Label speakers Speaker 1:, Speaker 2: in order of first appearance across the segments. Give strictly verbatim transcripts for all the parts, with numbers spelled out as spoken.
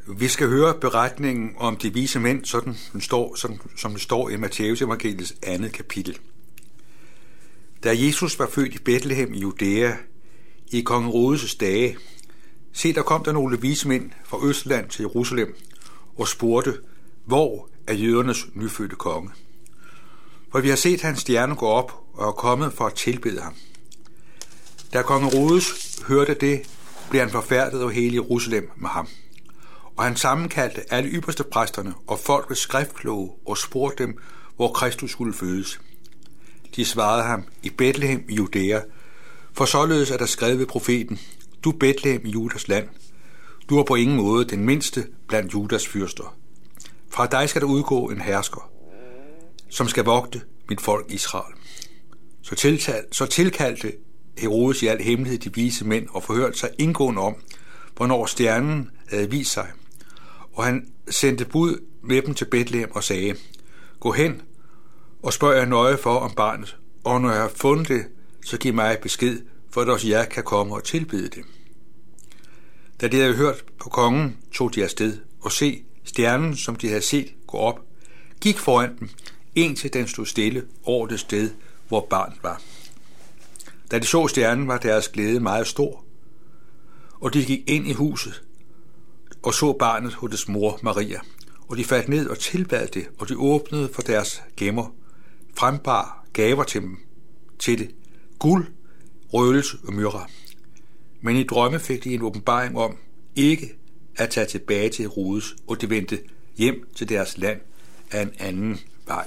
Speaker 1: Vi skal høre beretningen om de vise mænd, sådan den står, som, som det står i Matthæus evangeliets andet kapitel. Da Jesus var født i Betlehem i Judæa i kong Herodes' dage, se, der kom der nogle vise mænd fra Østland til Jerusalem og spurgte, hvor er jødernes nyfødte konge? For vi har set hans stjerne gå op og er kommet for at tilbede ham. Da kong Herodes hørte det, blev han forfærdet og hele Jerusalem med ham. Og han sammenkaldte alle ypperste præsterne og folkets skriftkloge og spurgte dem, hvor Kristus skulle fødes. De svarede ham, i Betlehem i Judæa, for således er der skrevet ved profeten, du Betlehem i Judas land, du er på ingen måde den mindste blandt Judas fyrster. Fra dig skal der udgå en hersker, som skal vogte mit folk Israel. Så, tiltal, så tilkaldte Herodes i al hemmelighed de vise mænd og forhørte sig indgående om, hvornår stjernen havde vist sig. Og han sendte bud med dem til Betlehem og sagde, gå hen og spørg jer nøje for om barnet, og når jeg har fundet det, så giv mig besked, for at også jeg kan komme og tilbede det. Da de havde hørt på kongen, tog de afsted, og se, stjernen, som de havde set gå op, gik foran dem, indtil den stod stille over det sted, hvor barnet var. Da de så stjernen, var deres glæde meget stor, og de gik ind i huset og så barnet hos dets mor Maria, og de faldt ned og tilbad det, og de åbnede for deres gemmer, frembar gaver til dem, til det, guld, røgelse og myrra. Men i drømme fik de en åbenbaring om ikke at tage tilbage til Herodes, og de vendte hjem til deres land af en anden vej.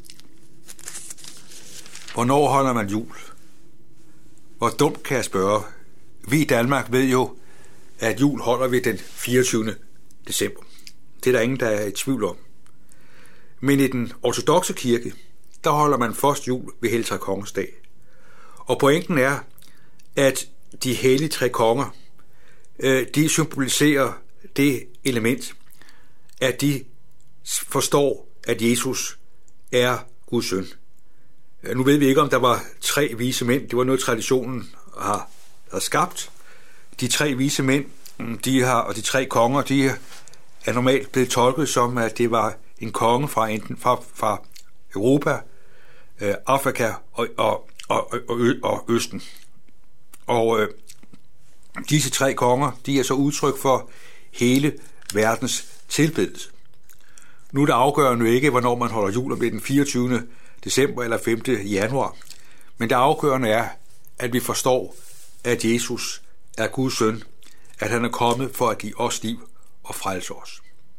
Speaker 1: Hvornår holder man jul? Hvor dumt kan jeg spørge? Vi i Danmark ved jo, at jul holder vi den fireogtyvende december. Det er der ingen, der er i tvivl om. Men i den ortodokse kirke, der holder man først jul ved Helligtrekonges Konges dag. Og pointen er, at de hellige tre konger, de symboliserer det element, at de forstår, at Jesus er Guds søn. Nu ved vi ikke, om der var tre vise mænd. Det var noget, traditionen har, har skabt. De tre vise mænd, de har, og de tre konger, de er normalt blevet tolket som, at det var en konge fra enten fra, fra Europa, øh, Afrika og, og, og, og, og Østen. Og øh, disse tre konger, de er så udtryk for hele verdens tilbedelse. Nu er det afgørende ikke, hvornår man holder jul, om det er den fireogtyvende december eller femte januar. Men det afgørende er, at vi forstår, at Jesus er Guds søn, at han er kommet for at give os liv og frelse os.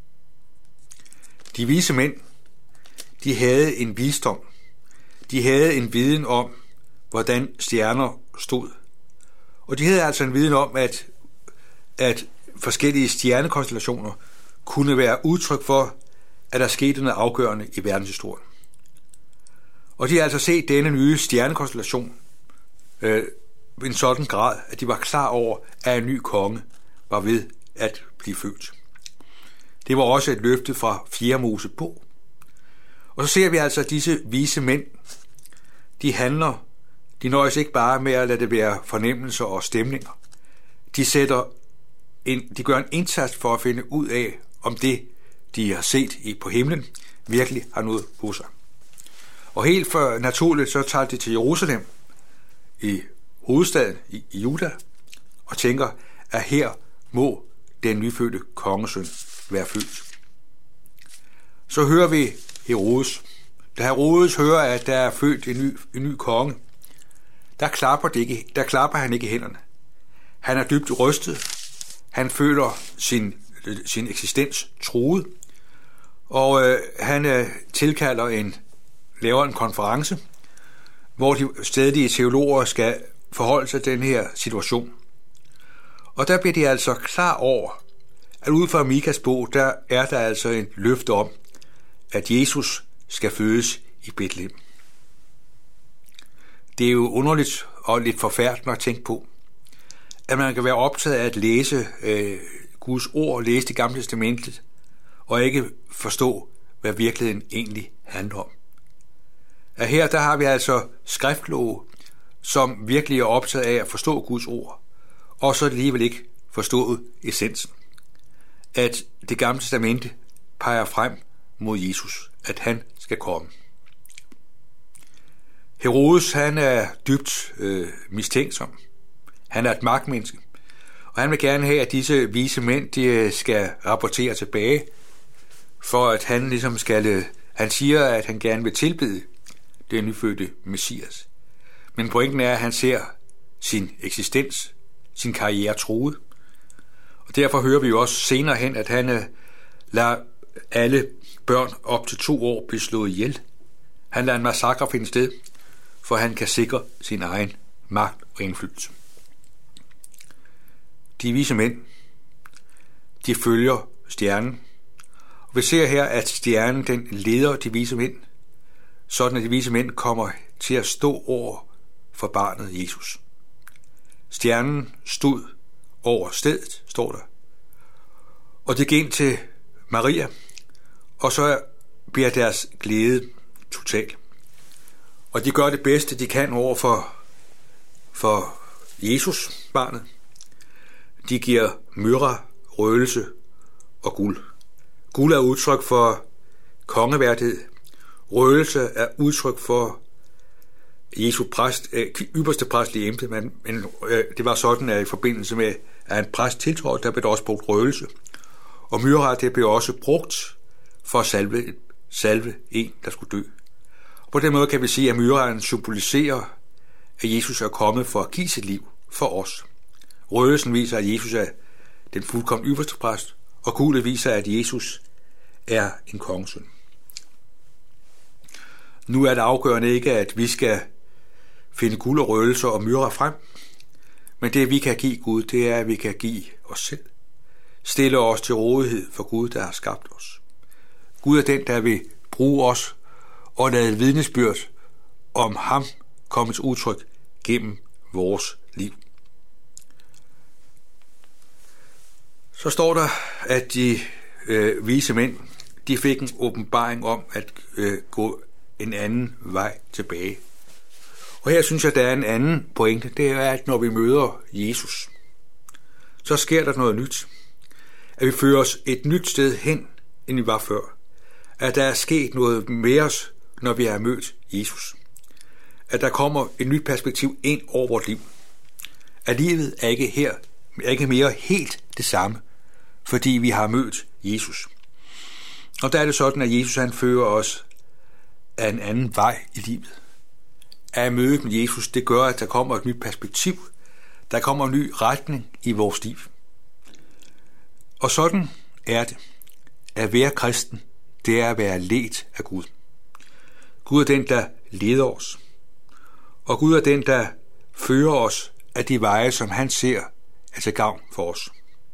Speaker 1: De vise mænd, de havde en visdom. De havde en viden om, hvordan stjerner stod. Og de havde altså en viden om, at, at forskellige stjernekonstellationer kunne være udtryk for, at der skete noget afgørende i verdenshistorien. Og de har altså set denne nye stjernekonstellation øh, i en sådan grad, at de var klar over, at en ny konge var ved at blive født. Det var også et løfte fra fjerde Mosebog. Og så ser vi altså, at disse vise mænd, de handler, de nøjes ikke bare med at lade det være fornemmelser og stemninger. De, sætter en, de gør en indsats for at finde ud af, om det, de har set på himlen, virkelig har noget på sig. Og helt for naturligt, så tager de til Jerusalem, i hovedstaden i, i Juda, og tænker, at her må den nyfødte kongesøn være født. Så hører vi Herodes. Da Herodes hører, at der er født en ny, en ny konge, der klapper, det ikke, der klapper han ikke i hænderne. Han er dybt rystet. Han føler sin, sin eksistens truet. Og øh, han øh, tilkalder en, laver en konference, hvor de stadige teologer skal forholde sig til den her situation. Og der bliver de altså klar over, at ud fra Mikas bog, der er der altså en løfte om, at Jesus skal fødes i Betlehem. Det er jo underligt og lidt forfærdeligt at tænke på, at man kan være optaget af at læse øh, Guds ord, læse det gamle testamentet, og ikke forstå, hvad virkeligheden egentlig handler om. At her der har vi altså skriftkloge, som virkelig er optaget af at forstå Guds ord, og så alligevel ikke forstået essensen. at det gamle testamente peger frem mod Jesus, at han skal komme. Herodes, han er dybt øh, mistænksom. Han er et magtmenneske, og han vil gerne have, at disse vise mænd, de skal rapportere tilbage, for at han ligesom skal, han siger, at han gerne vil tilbede den nyfødte Messias. Men pointen er, at han ser sin eksistens, sin karriere truet. Og derfor hører vi jo også senere hen, at han lader alle børn op til to år blive slået ihjel. Han lader en massakre finde sted, for han kan sikre sin egen magt og indflydelse. De vise mænd, de følger stjernen. Og vi ser her, at stjernen den leder de vise mænd, sådan at de vise mænd kommer til at stå over for barnet Jesus. Stjernen stod over stedet, står der. Og det gik ind til Maria, og så bliver deres glæde total. Og de gør det bedste, de kan over for, for Jesus, barnet. De giver myrra, røgelse og guld. Guld er udtryk for kongeværdighed. Røgelse er udtryk for Jesu præst, øh, ypperste præstlige embede, men, men øh, det var sådan, at i forbindelse med, at en præst tiltrådte, der blev der også brugt røgelse. Og myrra, det blev også brugt for at salve, salve en, der skulle dø. Og på den måde kan vi sige, at myrraen symboliserer, at Jesus er kommet for at give sit liv for os. Røgelsen viser, at Jesus er den fuldkommen ypperste præst, og guldet viser, at Jesus er en kongesøn. Nu er det afgørende ikke, at vi skal finde guld og røgelser og myrra frem, men det, vi kan give Gud, det er, at vi kan give os selv. Stille os til rådighed for Gud, der har skabt os. Gud er den, der vil bruge os og lade et vidnesbyrd om ham komme til udtryk gennem vores liv. Så står der, at de øh, vise mænd, de fik en åbenbaring om at øh, gå en anden vej tilbage. Og her synes jeg, der er en anden pointe. Det er, at når vi møder Jesus, så sker der noget nyt. At vi fører os et nyt sted hen, end vi var før. At der er sket noget med os, når vi har mødt Jesus. At der kommer et nyt perspektiv ind over vores liv. At livet er ikke her, er ikke mere helt det samme, fordi vi har mødt Jesus. Og der er det sådan, at Jesus han fører os af en anden vej i livet. At møde med Jesus, det gør, at der kommer et nyt perspektiv. Der kommer en ny retning i vores liv. Og sådan er det. At være kristen, det er at være ledt af Gud. Gud er den, der leder os. Og Gud er den, der fører os af de veje, som han ser er til gavn for os.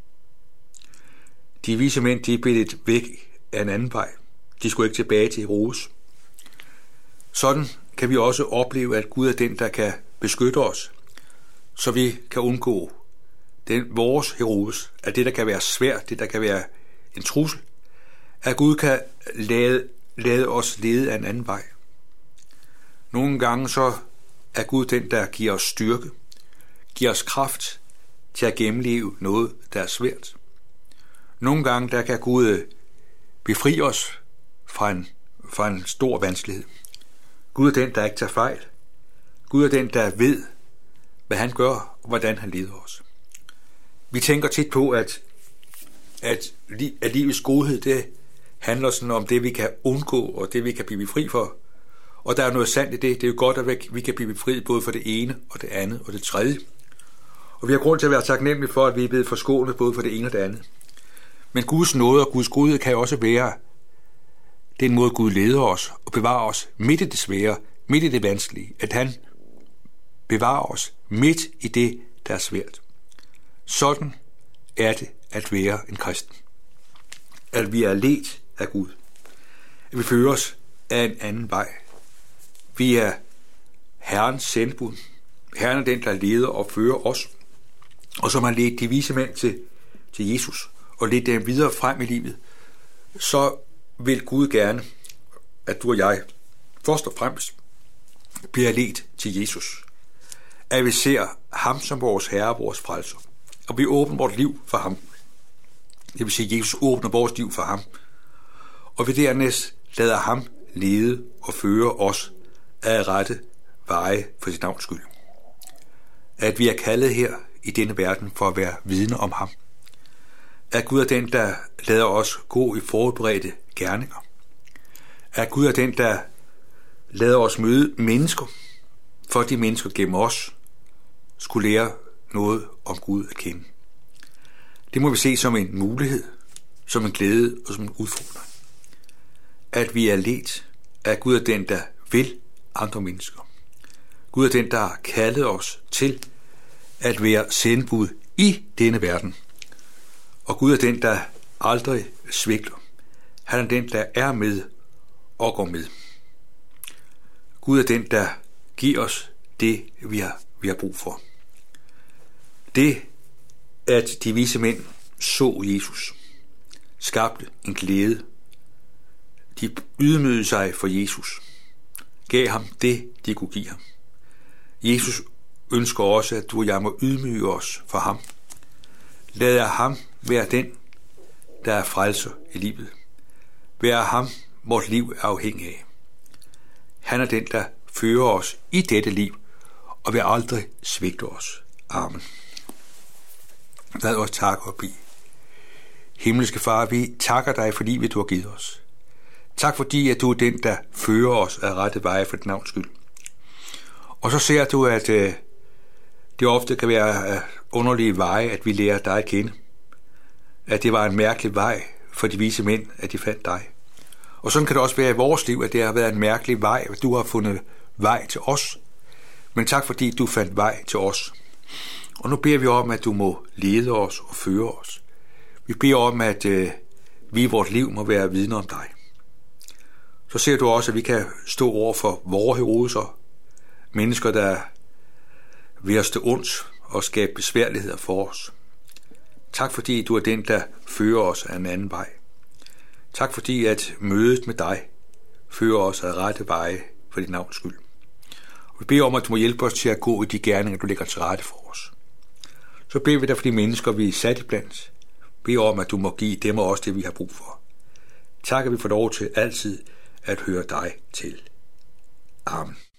Speaker 1: De vise mænd, de blev lidt væk af en anden vej. De skulle ikke tilbage til Herodes. Sådan kan vi også opleve, at Gud er den, der kan beskytte os, så vi kan undgå den, vores Herodes, at det, der kan være svært, det, der kan være en trussel, at Gud kan lade, lade os lede af en anden vej. Nogle gange så er Gud den, der giver os styrke, giver os kraft til at gennemleve noget, der er svært. Nogle gange der kan Gud befri os fra en, fra en stor vanskelighed. Gud er den, der ikke tager fejl. Gud er den, der ved, hvad han gør, og hvordan han leder os. Vi tænker tit på, at, at, at livets godhed, det handler sådan om det, vi kan undgå, og det, vi kan blive fri for. Og der er noget sandt i det. Det er jo godt, at vi kan blive befriet både for det ene, og det andet, og det tredje. Og vi har grund til at være taknemmelige for, at vi er blevet forskånet både for det ene og det andet. Men Guds nåde og Guds godhed kan jo også være den måde, Gud leder os og bevarer os midt i det svære, midt i det vanskelige. At han bevarer os midt i det, der er svært. Sådan er det at være en kristen. At vi er ledt af Gud. At vi fører os af en anden vej. Vi er Herrens sendebud. Herren er den, der leder og fører os. Og som har ledt de vise mænd til, til Jesus og ledt dem videre frem i livet, så vil Gud gerne, at du og jeg først og fremmest bliver ledt til Jesus. At vi ser ham som vores Herre og vores frelser. Og vi åbner vores liv for ham. Det vil sige, at Jesus åbner vores liv for ham, og vi dernæst lader ham lede og føre os af rette veje for sit navns skyld. At vi er kaldet her i denne verden for at være vidne om ham. At Gud er den, der lader os gå i forberedte gerninger. At Gud er den, der lader os møde mennesker, for de mennesker gennem os skulle lære noget om Gud at kende. Det må vi se som en mulighed, som en glæde og som en udfordring. At vi er ledt, at Gud er den, der vil andre mennesker. Gud er den, der har kaldet os til at være sendebud i denne verden. Og Gud er den, der aldrig svigter. Han er den, der er med og går med. Gud er den, der giver os det, vi har, vi har brug for. Det, at de vise mænd så Jesus, skabte en glæde. De ydmygede sig for Jesus, gav ham det, de kunne give ham. Jesus ønsker også, at du og jeg må ydmyge os for ham. Lad ham være den, der er frelser i livet. Vær ham, vores liv er afhængig af. Han er den, der fører os i dette liv, og vil aldrig svigte os. Amen. Lad os takke og bede. Himmelske Far, vi takker dig for livet, du har givet os. Tak fordi, at du er den, der fører os af rette veje for dit navns skyld. Og så ser du, at øh, det ofte kan være øh, underlige veje, at vi lærer dig at kende. At det var en mærkelig vej for de vise mænd, at de fandt dig. Og sådan kan det også være i vores liv, at det har været en mærkelig vej, at du har fundet vej til os. Men tak fordi du fandt vej til os. Og nu beder vi om, at du må lede os og føre os. Vi beder om, at øh, vi i vores liv må være vidner om dig. Så ser du også, at vi kan stå over for vores heroser, mennesker, der vil os det ondt og skabe besværligheder for os. Tak fordi du er den, der fører os af en anden vej. Tak fordi at mødet med dig fører os af rette veje for dit navns skyld. Og vi beder om, at du må hjælpe os til at gå i de gerninger, du lægger til rette for os. Så beder vi dig for de mennesker, vi er sat i blandt. Beder om, at du må give dem og os det, vi har brug for. Tak, at vi får lov til altid at høre dig til. Amen.